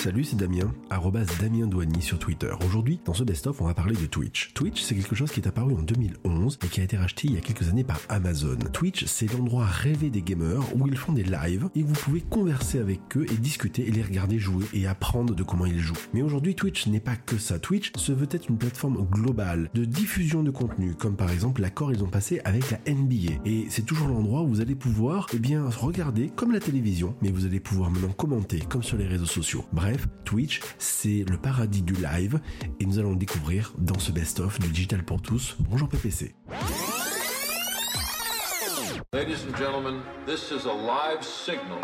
Salut, c'est Damien, @DamienDouani sur Twitter. Aujourd'hui, dans ce best-of, on va parler de Twitch. Twitch, c'est quelque chose qui est apparu en 2011 et qui a été racheté il y a quelques années par Amazon. Twitch, c'est l'endroit rêvé des gamers où ils font des lives et vous pouvez converser avec eux et discuter et les regarder jouer et apprendre de comment ils jouent. Mais aujourd'hui, Twitch n'est pas que ça. Twitch se veut être une plateforme globale de diffusion de contenu, comme par exemple l'accord ils ont passé avec la NBA. Et c'est toujours l'endroit où vous allez pouvoir, regarder comme la télévision, mais vous allez pouvoir maintenant commenter comme sur les réseaux sociaux. Bref, Twitch, c'est le paradis du live et nous allons le découvrir dans ce best-of du Digital pour tous. Bonjour PPC. Ladies and gentlemen, this is a live signal.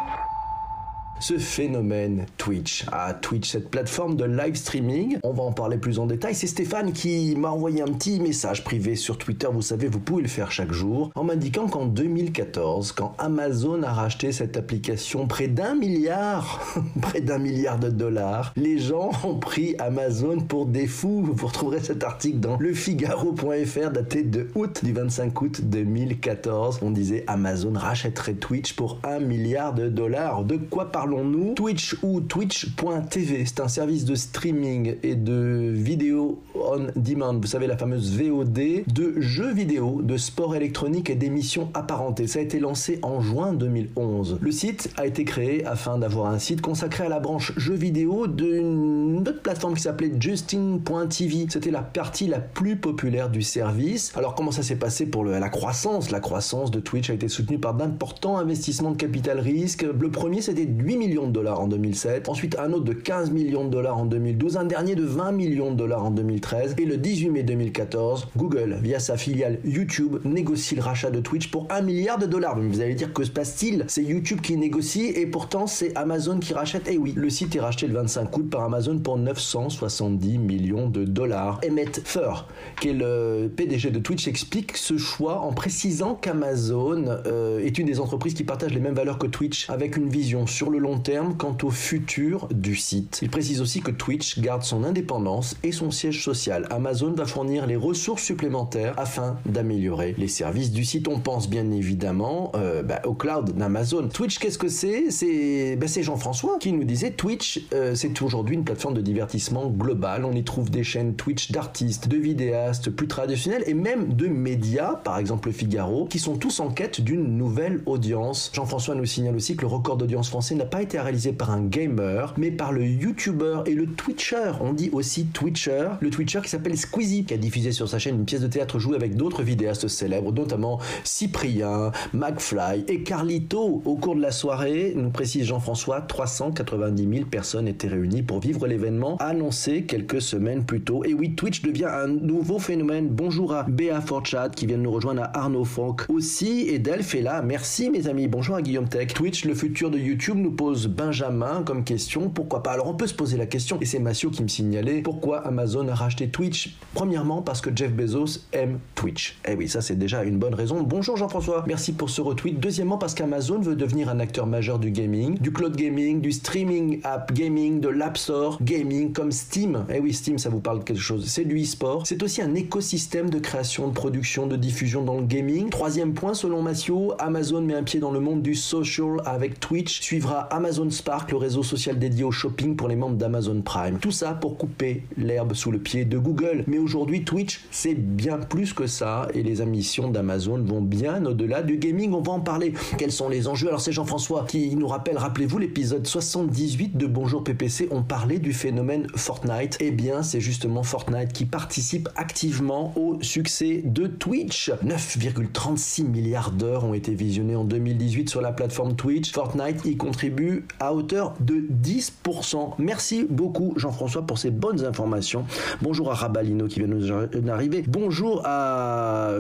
Ce phénomène Twitch, cette plateforme de live streaming, on va en parler plus en détail. C'est Stéphane qui m'a envoyé un petit message privé sur Twitter, vous savez, vous pouvez le faire chaque jour, en m'indiquant qu'en 2014, quand Amazon a racheté cette application près d'1 milliard de dollars, les gens ont pris Amazon pour des fous. Vous retrouverez cet article dans lefigaro.fr daté de du 25 août 2014. On disait Amazon rachèterait Twitch pour 1 milliard de dollars. De quoi parlons-nous? Twitch ou Twitch.tv, c'est un service de streaming et de vidéo on demand, vous savez la fameuse VOD, de jeux vidéo, de sport électronique et d'émissions apparentées. Ça a été lancé en juin 2011. Le site a été créé afin d'avoir un site consacré à la branche jeux vidéo d'une autre plateforme qui s'appelait Justin.tv. C'était la partie la plus populaire du service. Alors comment ça s'est passé pour la croissance? La croissance de Twitch a été soutenue par d'importants investissements de capital risque. Le premier c'était 8 millions de dollars en 2007, ensuite un autre de 15 millions de dollars en 2012, un dernier de 20 millions de dollars en 2013, et le 18 mai 2014, Google, via sa filiale YouTube, négocie le rachat de Twitch pour 1 milliard de dollars. Mais vous allez dire, que se passe-t-il? C'est YouTube qui négocie et pourtant c'est Amazon qui rachète. Et oui, le site est racheté le 25 août par Amazon pour 970 millions de dollars. Emmett Furr, qui est le PDG de Twitch, explique ce choix en précisant qu'Amazon est une des entreprises qui partagent les mêmes valeurs que Twitch, avec une vision sur le long terme quant au futur du site. Il précise aussi que Twitch garde son indépendance et son siège social. Amazon va fournir les ressources supplémentaires afin d'améliorer les services du site. On pense bien évidemment au cloud d'Amazon. Twitch, qu'est-ce que c'est? C'est Jean-François qui nous disait Twitch, c'est aujourd'hui une plateforme de divertissement global. On y trouve des chaînes Twitch d'artistes, de vidéastes plus traditionnels et même de médias, par exemple le Figaro, qui sont tous en quête d'une nouvelle audience. Jean-François nous signale aussi que le record d'audience français n'a pas été réalisé par un gamer, mais par le YouTuber et le Twitcher. On dit aussi Twitcher, le Twitcher qui s'appelle Squeezie, qui a diffusé sur sa chaîne une pièce de théâtre jouée avec d'autres vidéastes célèbres, notamment Cyprien, McFly et Carlito. Au cours de la soirée, nous précise Jean-François, 390 000 personnes étaient réunies pour vivre l'événement annoncé quelques semaines plus tôt. Et oui, Twitch devient un nouveau phénomène. Bonjour à Béa Forchat qui vient de nous rejoindre, à Arnaud Fonck aussi, et Delph est là. Merci mes amis. Bonjour à Guillaume Tech. Twitch, le futur de YouTube, nous pose Benjamin comme question. Pourquoi pas? Alors on peut se poser la question, et c'est Massio qui me signalait, pourquoi Amazon a racheté Twitch? Premièrement, parce que Jeff Bezos aime Twitch. Eh oui, ça c'est déjà une bonne raison. Bonjour Jean-François, merci pour ce retweet. Deuxièmement, parce qu'Amazon veut devenir un acteur majeur du gaming, du cloud gaming, du streaming app gaming, de l'App Store gaming comme Steam. Eh oui, Steam, ça vous parle de quelque chose. C'est du e-sport. C'est aussi un écosystème de création, de production, de diffusion dans le gaming. Troisième point, selon Massio, Amazon met un pied dans le monde du social avec Twitch. Suivra Amazon Spark, le réseau social dédié au shopping pour les membres d'Amazon Prime. Tout ça pour couper l'herbe sous le pied de Google. Mais aujourd'hui, Twitch, c'est bien plus que ça et les ambitions d'Amazon vont bien au-delà du gaming. On va en parler. Quels sont les enjeux? Alors c'est Jean-François qui nous rappelle, rappelez-vous l'épisode 78 de Bonjour PPC, on parlait du phénomène Fortnite. Eh bien, c'est justement Fortnite qui participe activement au succès de Twitch. 9,36 milliards d'heures ont été visionnées en 2018 sur la plateforme Twitch. Fortnite y contribue à hauteur de 10%. Merci beaucoup Jean-François pour ces bonnes informations. Bonjour à Rabalino qui vient de nous arriver. Bonjour à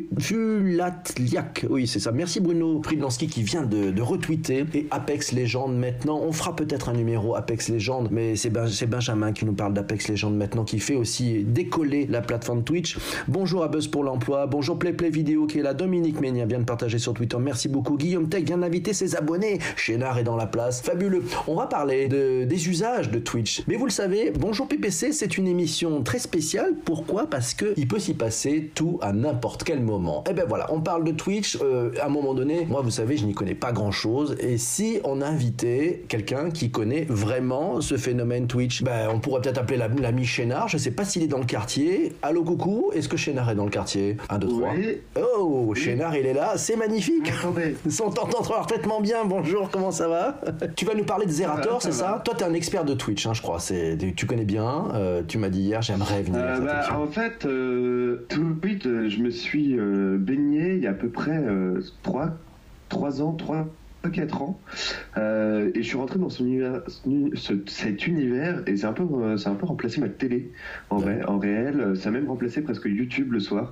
Fulatliak. Oui, c'est ça. Merci Bruno Pridlansky qui vient de retweeter. Et Apex Legends maintenant. On fera peut-être un numéro Apex Legends, mais c'est Benjamin qui nous parle d'Apex Legends maintenant, qui fait aussi décoller la plateforme Twitch. Bonjour à Buzz pour l'emploi. Bonjour Play Vidéo qui est là. Dominique Ménia vient de partager sur Twitter. Merci beaucoup. Guillaume Tech vient d'inviter ses abonnés. Chénard est dans la la place. Fabuleux. On va parler des usages de Twitch. Mais vous le savez, Bonjour PPC, c'est une émission très spéciale. Pourquoi ? Parce qu'il peut s'y passer tout à n'importe quel moment. Et ben voilà, on parle de Twitch. À un moment donné, moi, vous savez, je n'y connais pas grand-chose. Et si on invitait quelqu'un qui connaît vraiment ce phénomène Twitch, ben, on pourrait peut-être appeler l'ami Chénard. Je ne sais pas s'il est dans le quartier. Allô, coucou. Est-ce que Chénard est dans le quartier ? 1, 2, 3. Oui. Oh, Oui. Chénard, il est là. C'est magnifique. Attendez. On t'entend parfaitement bien. Bonjour, comment ça va ? Tu vas nous parler de Zerator, c'est ça ? Toi, t'es un expert de Twitch, hein, je crois. Tu connais bien. Tu m'as dit hier, j'aimerais venir à cette émission. En fait, Twitch, je me suis baigné il y a à peu près 3 ans, 4 ans, et je suis rentré dans cet univers, et c'est un peu remplacé ma télé en réel. Ça a même remplacé presque YouTube le soir.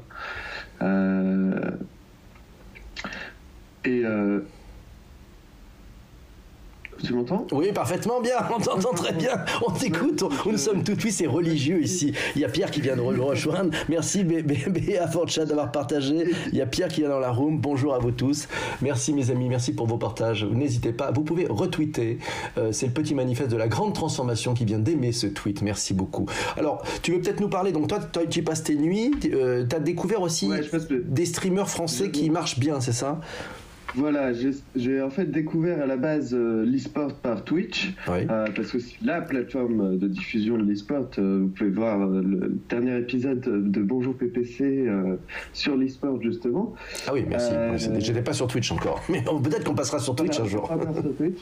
Tu m'entends ? Oui, parfaitement bien, on t'entend très bien, on t'écoute, nous sommes tout de suite, c'est religieux ici. Il y a Pierre qui vient de nous rejoindre, merci Béa Forchat d'avoir partagé, il y a Pierre qui est dans la room, bonjour à vous tous, merci mes amis, merci pour vos partages, n'hésitez pas, vous pouvez retweeter, c'est le petit manifeste de la grande transformation qui vient d'aimer ce tweet, merci beaucoup. Alors, tu veux peut-être nous parler, donc toi tu passes tes nuits, tu as découvert aussi des streamers français qui marchent bien, c'est ça ? Voilà, j'ai en fait découvert à la base l'e-sport par Twitch, oui. Parce que c'est la plateforme de diffusion de l'e-sport. Vous pouvez voir le dernier épisode de Bonjour PPC sur l'e-sport justement. Ah oui, merci. J'étais pas sur Twitch encore, mais peut-être qu'on passera sur Twitch un jour. Sur Twitch.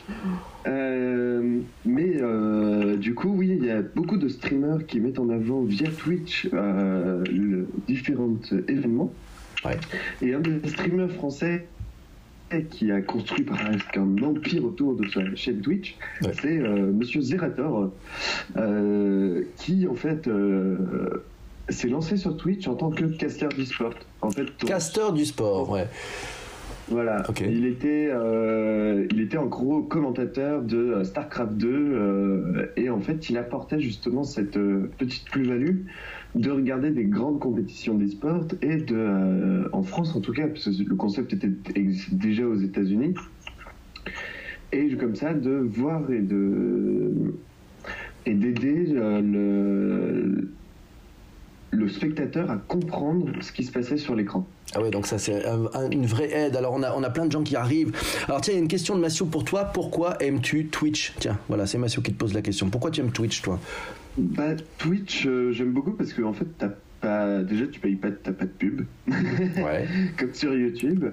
Du coup, oui, il y a beaucoup de streamers qui mettent en avant via Twitch différents événements. Ouais. Et un des streamers français qui a construit presque un empire autour de sa chaîne Twitch, c'est Monsieur Zerator, qui en fait s'est lancé sur Twitch en tant que caster du sport. En fait, caster du sport, ouais. Voilà, okay. Il était en gros commentateur de StarCraft 2 et en fait il apportait justement cette petite plus-value de regarder des grandes compétitions d'e-sport et en France en tout cas, parce que le concept était déjà aux États-Unis, et comme ça de voir et d'aider le spectateur à comprendre ce qui se passait sur l'écran. Ah ouais, donc ça c'est une vraie aide. Alors on a plein de gens qui arrivent. Alors tiens, il y a une question de Massio pour toi. Pourquoi aimes-tu Twitch ? Tiens, voilà, c'est Massio qui te pose la question. Pourquoi tu aimes Twitch, toi ? Twitch, j'aime beaucoup parce que en fait déjà tu payes pas, t'as pas de pub, ouais. Comme sur YouTube,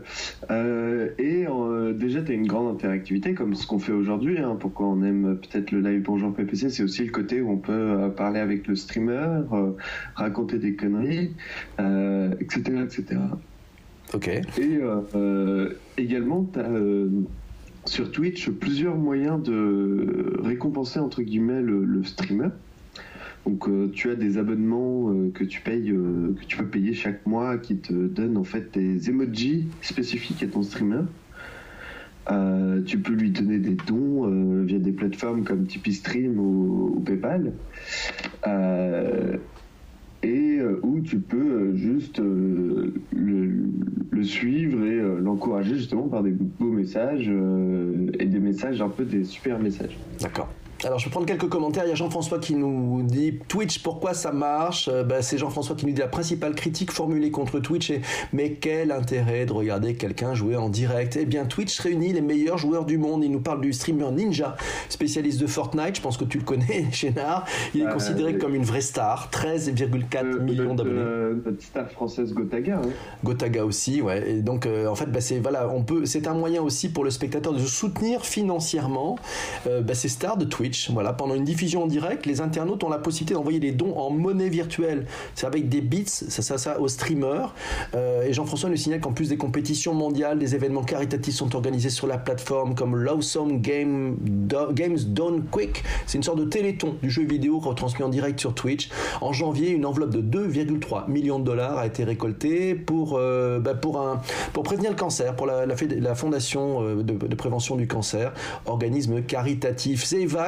déjà t'as une grande interactivité comme ce qu'on fait aujourd'hui, hein. Pourquoi on aime peut-être le live Bonjour PPC, c'est aussi le côté où on peut parler avec le streamer, raconter des conneries, etc. Ok. Et également t'as sur Twitch plusieurs moyens de récompenser entre guillemets le streamer. Donc tu as des abonnements que tu peux payer chaque mois, qui te donnent en fait des emojis spécifiques à ton streamer. Tu peux lui donner des dons via des plateformes comme Tipeee Stream ou PayPal, où tu peux juste le suivre et l'encourager justement par des beaux messages et des messages un peu des super messages. D'accord. Alors je vais prendre quelques commentaires. Il y a Jean-François qui nous dit Twitch, pourquoi ça marche ? C'est Jean-François qui nous dit la principale critique formulée contre Twitch est mais quel intérêt de regarder quelqu'un jouer en direct ? Eh bien Twitch réunit les meilleurs joueurs du monde. Il nous parle du streamer Ninja, spécialiste de Fortnite. Je pense que tu le connais, Chénard. Il est considéré comme une vraie star. 13,4 millions d'abonnés. Notre star française Gotaga. Hein. Gotaga aussi, ouais. Et donc en fait, c'est un moyen aussi pour le spectateur de soutenir financièrement ces stars de Twitch. Voilà, pendant une diffusion en direct, les internautes ont la possibilité d'envoyer des dons en monnaie virtuelle. C'est avec des bits, ça aux streamers. Et Jean-François nous signale qu'en plus des compétitions mondiales, des événements caritatifs sont organisés sur la plateforme comme l'Awesome Games Done Quick. C'est une sorte de téléthon du jeu vidéo retransmis en direct sur Twitch. En janvier, une enveloppe de 2,3 millions de dollars a été récoltée pour prévenir le cancer, pour la fondation de prévention du cancer, organisme caritatif. C'est Eva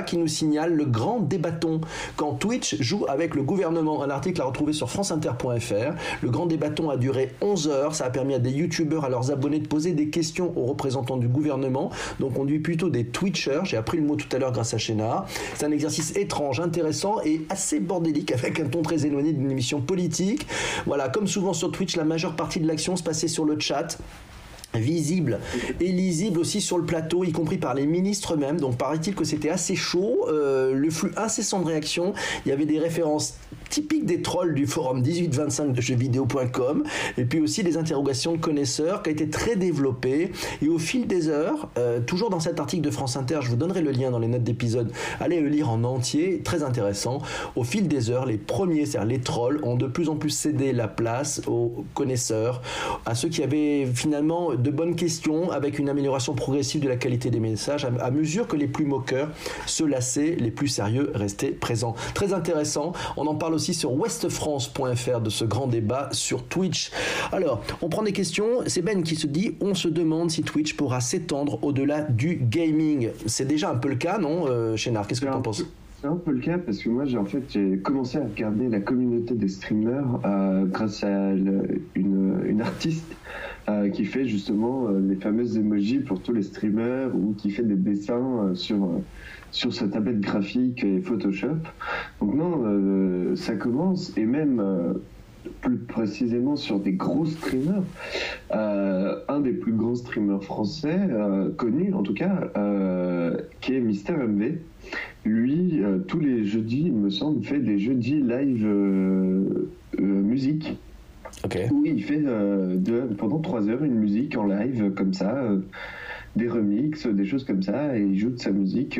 qui nous signale le grand débatton quand Twitch joue avec le gouvernement. Un article à retrouver sur franceinter.fr. Le grand débatton a duré 11 heures. Ça a permis à des youtubeurs, à leurs abonnés de poser des questions aux représentants du gouvernement. Donc on dit plutôt des Twitchers. J'ai appris le mot tout à l'heure grâce à Chénard. C'est un exercice étrange, intéressant et assez bordélique avec un ton très éloigné d'une émission politique. Voilà, comme souvent sur Twitch, la majeure partie de l'action se passait sur le chat. Visible et lisible aussi sur le plateau, y compris par les ministres eux-mêmes. Donc paraît-il que c'était assez chaud, le flux incessant de réactions. Il y avait des références typiques des trolls du forum 1825 de jeuxvideo.com et puis aussi des interrogations de connaisseurs qui a été très développée. Et au fil des heures, toujours dans cet article de France Inter, je vous donnerai le lien dans les notes d'épisode, allez le lire en entier, très intéressant. Au fil des heures, les premiers, c'est-à-dire les trolls, ont de plus en plus cédé la place aux connaisseurs, à ceux qui avaient finalement de bonnes questions, avec une amélioration progressive de la qualité des messages à mesure que les plus moqueurs se lassaient, les plus sérieux restaient présents. Très intéressant. On en parle aussi sur westfrance.fr de ce grand débat sur Twitch. Alors, on prend des questions. C'est Ben qui se dit, on se demande si Twitch pourra s'étendre au-delà du gaming. C'est déjà un peu le cas, non, Chénard? Qu'est-ce que tu en penses? C'est un peu le cas parce que moi j'ai commencé à regarder la communauté des streamers grâce à une artiste qui fait justement les fameuses emojis pour tous les streamers ou qui fait des dessins sur sa tablette graphique et Photoshop. Donc non, ça commence, et même plus précisément sur des gros streamers. Un des plus grands streamers français, connu en tout cas, qui est Mister MV. Lui, tous les jeudis, il me semble, fait des jeudis live musique. Okay. Où il fait pendant 3 heures une musique en live comme ça, des remixes, des choses comme ça, et il joue de sa musique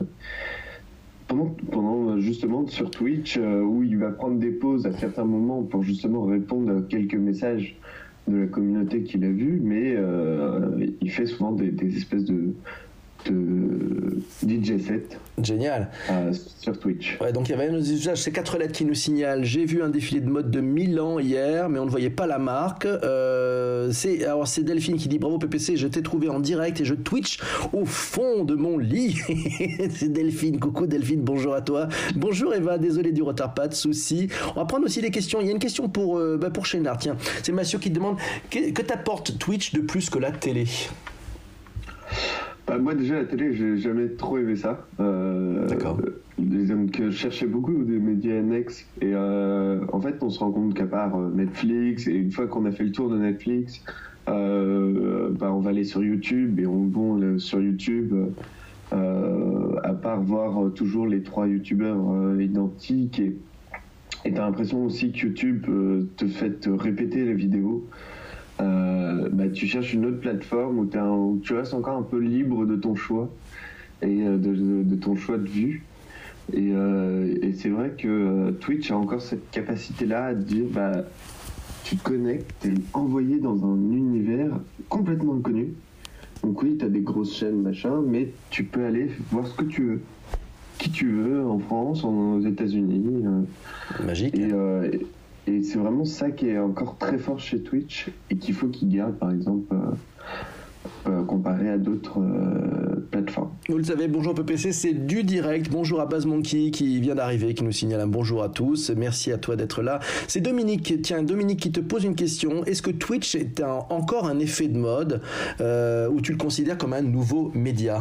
pendant justement sur Twitch, où il va prendre des pauses à certains moments pour justement répondre à quelques messages de la communauté qu'il a vus, mais il fait souvent des espèces de DJ set. Génial. Sur Twitch. Ouais, donc il y avait un usage, c'est 4 lettres qui nous signalent. J'ai vu un défilé de mode de Milan hier, mais on ne voyait pas la marque. C'est Delphine qui dit bravo PPC, je t'ai trouvé en direct et je Twitch au fond de mon lit. C'est Delphine, coucou Delphine, bonjour à toi. Bonjour Eva, désolé du retard, pas de souci. On va prendre aussi des questions. Il y a une question pour Chénard, tiens. C'est Mathieu qui te demande que t'apporte Twitch de plus que la télé? Moi déjà la télé, j'ai jamais trop aimé ça. D'accord. Donc je cherchais beaucoup des médias annexes et en fait on se rend compte qu'à part Netflix, et une fois qu'on a fait le tour de Netflix, on va aller sur YouTube et on va sur YouTube, à part voir toujours les 3 youtubeurs identiques, et t'as l'impression aussi que YouTube te fait répéter les vidéos. Tu cherches une autre plateforme où tu restes encore un peu libre de ton choix et de ton choix de vue, et c'est vrai que Twitch a encore cette capacité-là à te dire tu te connectes, t'es envoyé dans un univers complètement inconnu. Donc oui, t'as des grosses chaînes machin, mais tu peux aller voir ce que tu veux, qui tu veux, en France, aux États-Unis. Magique. Et c'est vraiment ça qui est encore très fort chez Twitch et qu'il faut qu'ils gardent, par exemple, comparé à d'autres plateformes. Vous le savez, bonjour PPC, c'est du direct. Bonjour à BazMonkey qui vient d'arriver, qui nous signale un bonjour à tous. Merci à toi d'être là. C'est Dominique. Tiens, Dominique qui te pose une question. Est-ce que Twitch est encore un effet de mode ou tu le considères comme un nouveau média?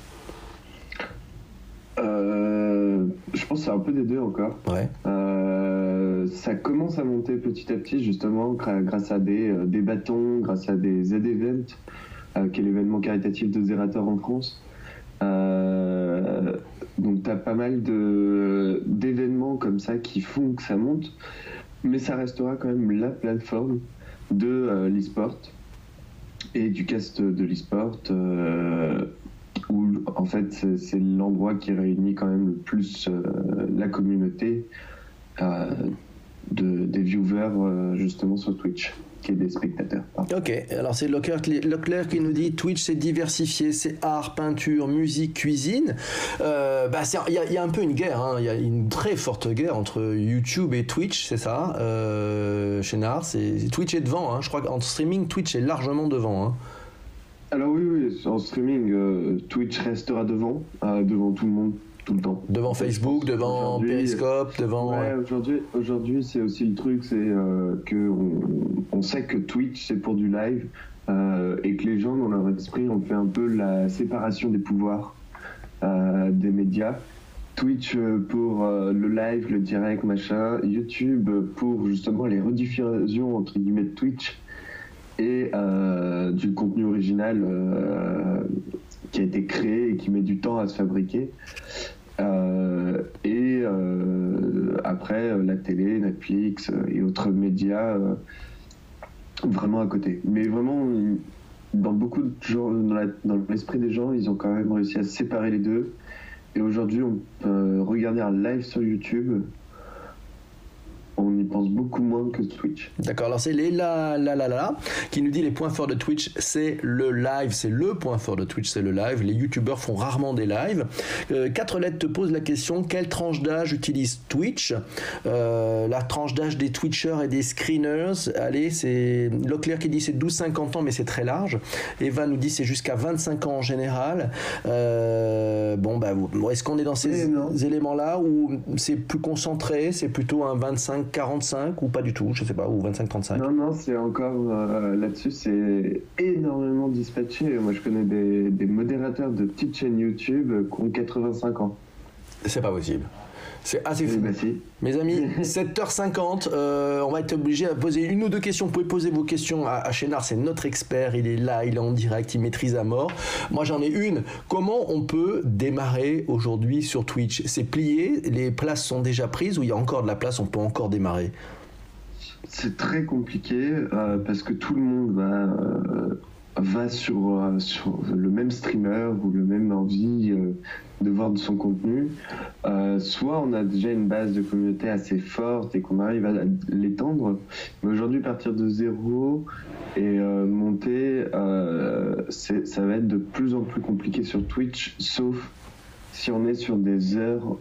Je pense que c'est un peu des deux encore. Ouais. Ça commence à monter petit à petit, justement, grâce à des bâtons, grâce à des Z-Events, qui est l'événement caritatif de Zerator en France. Donc, tu as pas mal d'événements comme ça qui font que ça monte, mais ça restera quand même la plateforme de l'e-sport et du cast de l'e-sport, où en fait c'est l'endroit qui réunit quand même le plus la communauté des viewers justement sur Twitch, qui est des spectateurs. Ok, alors c'est Leclerc qui nous dit Twitch c'est diversifié, c'est art, peinture, musique, cuisine. Il y a un peu une guerre, hein. Il y a une très forte guerre entre YouTube et Twitch, c'est ça, Chénard. Twitch est devant, hein. Je crois qu'en streaming Twitch est largement devant, hein. Alors oui, en streaming, Twitch restera devant tout le monde. tout le temps. Devant Facebook, devant Periscope, devant... Ouais, aujourd'hui c'est aussi le truc, c'est on sait que Twitch c'est pour du live et que les gens dans leur esprit ont fait un peu la séparation des pouvoirs des médias. Twitch pour le live, le direct, machin, YouTube pour justement les rediffusions entre guillemets de Twitch et du contenu original qui a été créé et qui met du temps à se fabriquer. Après la télé, Netflix et autres médias vraiment à côté. Mais vraiment, dans beaucoup de gens, dans l'esprit des gens, ils ont quand même réussi à séparer les deux. Et aujourd'hui, on peut regarder un live sur YouTube. On y pense beaucoup moins que Twitch. D'accord, alors c'est les la qui nous dit les points forts de Twitch, c'est le live, c'est le point fort de Twitch, c'est le live. Les youtubeurs font rarement des lives. 4 lettres te posent la question, quelle tranche d'âge utilise Twitch? La tranche d'âge des Twitchers et des screeners, allez, c'est Leclerc qui dit c'est 12-50 ans, mais c'est très large. Eva nous dit c'est jusqu'à 25 ans en général. Est-ce qu'on est dans ces éléments-là ou c'est plus concentré, c'est plutôt un 25-45 ou pas du tout, je sais pas, ou 25-35? Non, c'est encore là-dessus, c'est énormément dispatché. Moi, je connais des modérateurs de petites chaînes YouTube qui ont 85 ans. C'est pas possible. C'est assez fou. Si. Mes amis, 7h50, on va être obligé à poser une ou deux questions. Vous pouvez poser vos questions à Chénard, c'est notre expert, il est là, il est en direct, il maîtrise à mort. Moi j'en ai une. Comment on peut démarrer aujourd'hui sur Twitch? C'est plié, les places sont déjà prises ou il y a encore de la place, on peut encore démarrer? C'est très compliqué parce que tout le monde va sur le même streamer ou le même envie de voir de son contenu. Soit on a déjà une base de communauté assez forte et qu'on arrive à l'étendre, mais aujourd'hui partir de zéro et monter, ça va être de plus en plus compliqué sur Twitch, sauf si on est sur des heures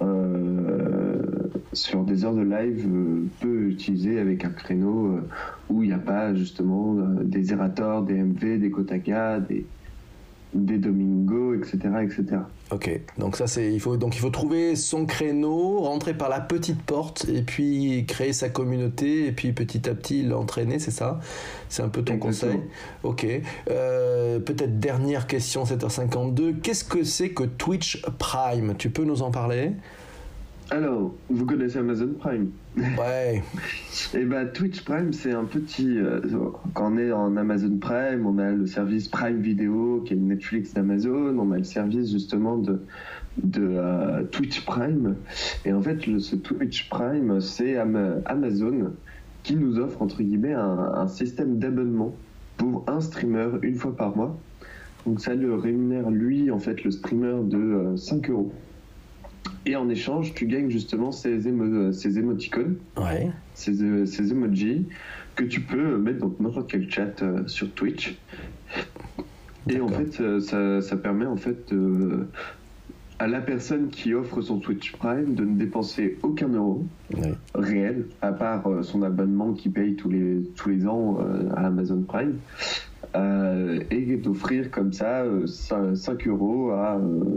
de live peu utilisées avec un créneau où il n'y a pas justement des Erator, des MV, des Kotaka, des Domingo, etc. Ok, donc ça il faut trouver son créneau, rentrer par la petite porte et puis créer sa communauté et puis petit à petit l'entraîner, c'est ça? C'est un peu ton conseil? Ok, peut-être dernière question, 7h52, qu'est-ce que c'est que Twitch Prime? Tu peux nous en parler? Alors, vous connaissez Amazon Prime? Ouais. Et Twitch Prime, c'est un petit... quand on est en Amazon Prime, on a le service Prime Video, qui est le Netflix d'Amazon, on a le service justement de Twitch Prime. Et en fait, ce Twitch Prime, c'est Amazon qui nous offre, entre guillemets, un système d'abonnement pour un streamer une fois par mois. Donc ça le rémunère, lui, en fait, le streamer de 5 €. Et en échange, tu gagnes justement ces émoticônes, ouais. ces emojis que tu peux mettre dans n'importe quel chat sur Twitch. Et en fait, ça permet en fait à la personne qui offre son Twitch Prime de ne dépenser aucun euro réel, à part son abonnement qu'il paye tous les ans à Amazon Prime, et d'offrir comme ça 5 € à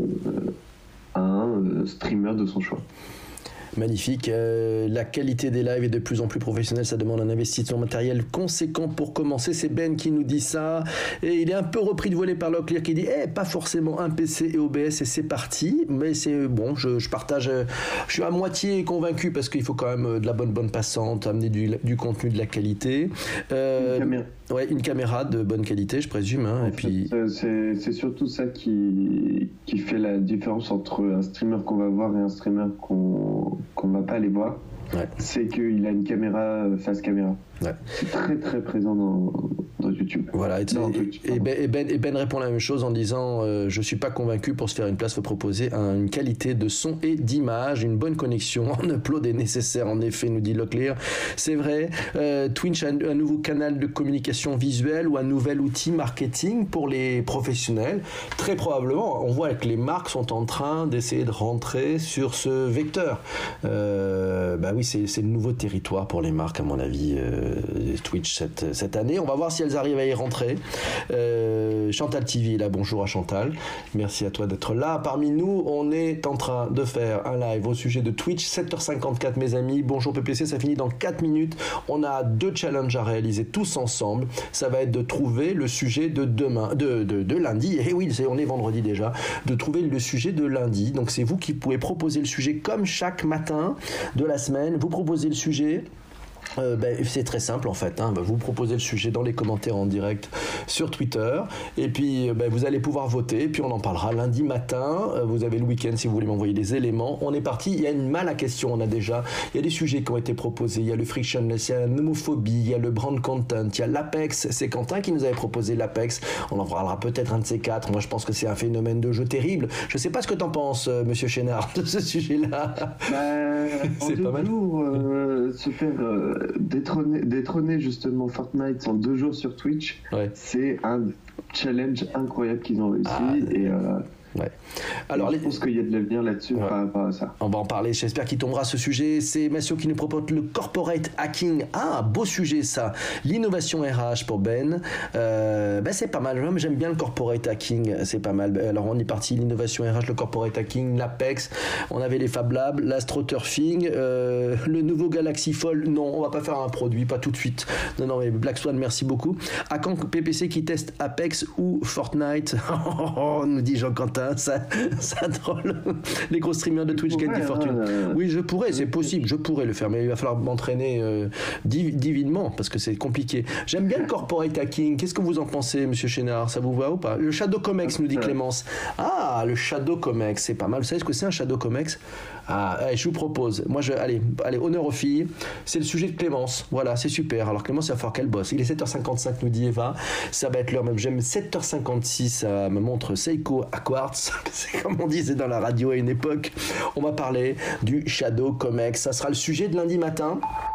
un streamer de son choix. Magnifique. La qualité des lives est de plus en plus professionnelle. Ça demande un investissement matériel conséquent pour commencer. C'est Ben qui nous dit ça. Et il est un peu repris de volée par Leclerc qui dit pas forcément un PC et OBS et c'est parti. Mais c'est bon, je partage. Je suis à moitié convaincu parce qu'il faut quand même de la bonne passante, amener du contenu de la qualité. Une caméra de bonne qualité, je présume. Hein, et puis... c'est surtout ça qui fait la différence entre un streamer qu'on va voir et un streamer qu'on va pas aller voir. Ouais. C'est qu'il a une caméra face caméra. Ouais. C'est très très présent dans YouTube. Voilà. Et Ben répond la même chose en disant je suis pas convaincu, pour se faire une place faut proposer une qualité de son et d'image, une bonne connexion en upload est nécessaire en effet, nous dit Leclerc. C'est vrai. Twitch a un nouveau canal de communication visuelle ou un nouvel outil marketing pour les professionnels. Très probablement, on voit que les marques sont en train d'essayer de rentrer sur ce vecteur. Oui, c'est le nouveau territoire pour les marques à mon avis. Twitch cette année. On va voir si elles arrivent il va y rentrer. Chantal TV, là, bonjour à Chantal. Merci à toi d'être là. Parmi nous, on est en train de faire un live au sujet de Twitch, 7h54 mes amis. Bonjour PPC, ça finit dans 4 minutes. On a 2 challenges à réaliser tous ensemble. Ça va être de trouver le sujet de demain, de lundi. Et oui, on est vendredi déjà. De trouver le sujet de lundi. Donc c'est vous qui pouvez proposer le sujet comme chaque matin de la semaine. Vous proposez le sujet. C'est très simple en fait, hein. Vous proposez le sujet dans les commentaires en direct sur Twitter et puis vous allez pouvoir voter et puis on en parlera lundi matin. Vous avez le week-end si vous voulez m'envoyer des éléments. On est parti, il y a une mal à question, il y a des sujets qui ont été proposés, il y a le frictionless, il y a la nomophobie, il y a le brand content, il y a l'Apex. C'est Quentin qui nous avait proposé l'Apex, on en parlera peut-être un de ces 4. Moi je pense que c'est un phénomène de jeu terrible. Je sais pas ce que t'en penses monsieur Chénard de ce sujet-là. C'est pas mal. Se faire détrôner justement Fortnite en 2 jours sur Twitch, c'est un challenge incroyable qu'ils ont réussi Ouais. Alors, je pense qu'il y a de l'avenir là-dessus par rapport à ça. On va en parler, j'espère qu'il tombera ce sujet. C'est Massio qui nous propose le corporate hacking. Beau sujet ça. L'innovation RH pour Ben. C'est pas mal, j'aime bien le corporate hacking, c'est pas mal. Alors on est parti, l'innovation RH, le corporate hacking, l'Apex, on avait les Fab Labs, l'astroturfing, le nouveau Galaxy Fold. Non, on va pas faire un produit, pas tout de suite. Non, mais Black Swan, merci beaucoup. À quand PPC qui teste Apex ou Fortnite? Nous dit Jean-Quentin. Ça drôle. Les gros streamers de Twitch gagnent des fortunes. Oui, je pourrais, c'est possible, je pourrais le faire, mais il va falloir m'entraîner divinement parce que c'est compliqué. J'aime bien le corporate hacking. Qu'est-ce que vous en pensez, monsieur Chénard? Ça vous va ou pas? Le Shadow Comex, nous dit Clémence. Le Shadow Comex, c'est pas mal. Vous savez ce que c'est un Shadow Comex? Je vous propose. Moi, allez, honneur aux filles. C'est le sujet de Clémence. Voilà, c'est super. Alors Clémence, il va falloir qu'elle bosse. Il est 7h55, nous dit Eva. Ça va être l'heure même. J'aime 7h56. Ça me montre Seiko Aquartz. C'est comme on disait dans la radio à une époque. On va parler du Shadow Comex. Ça sera le sujet de lundi matin.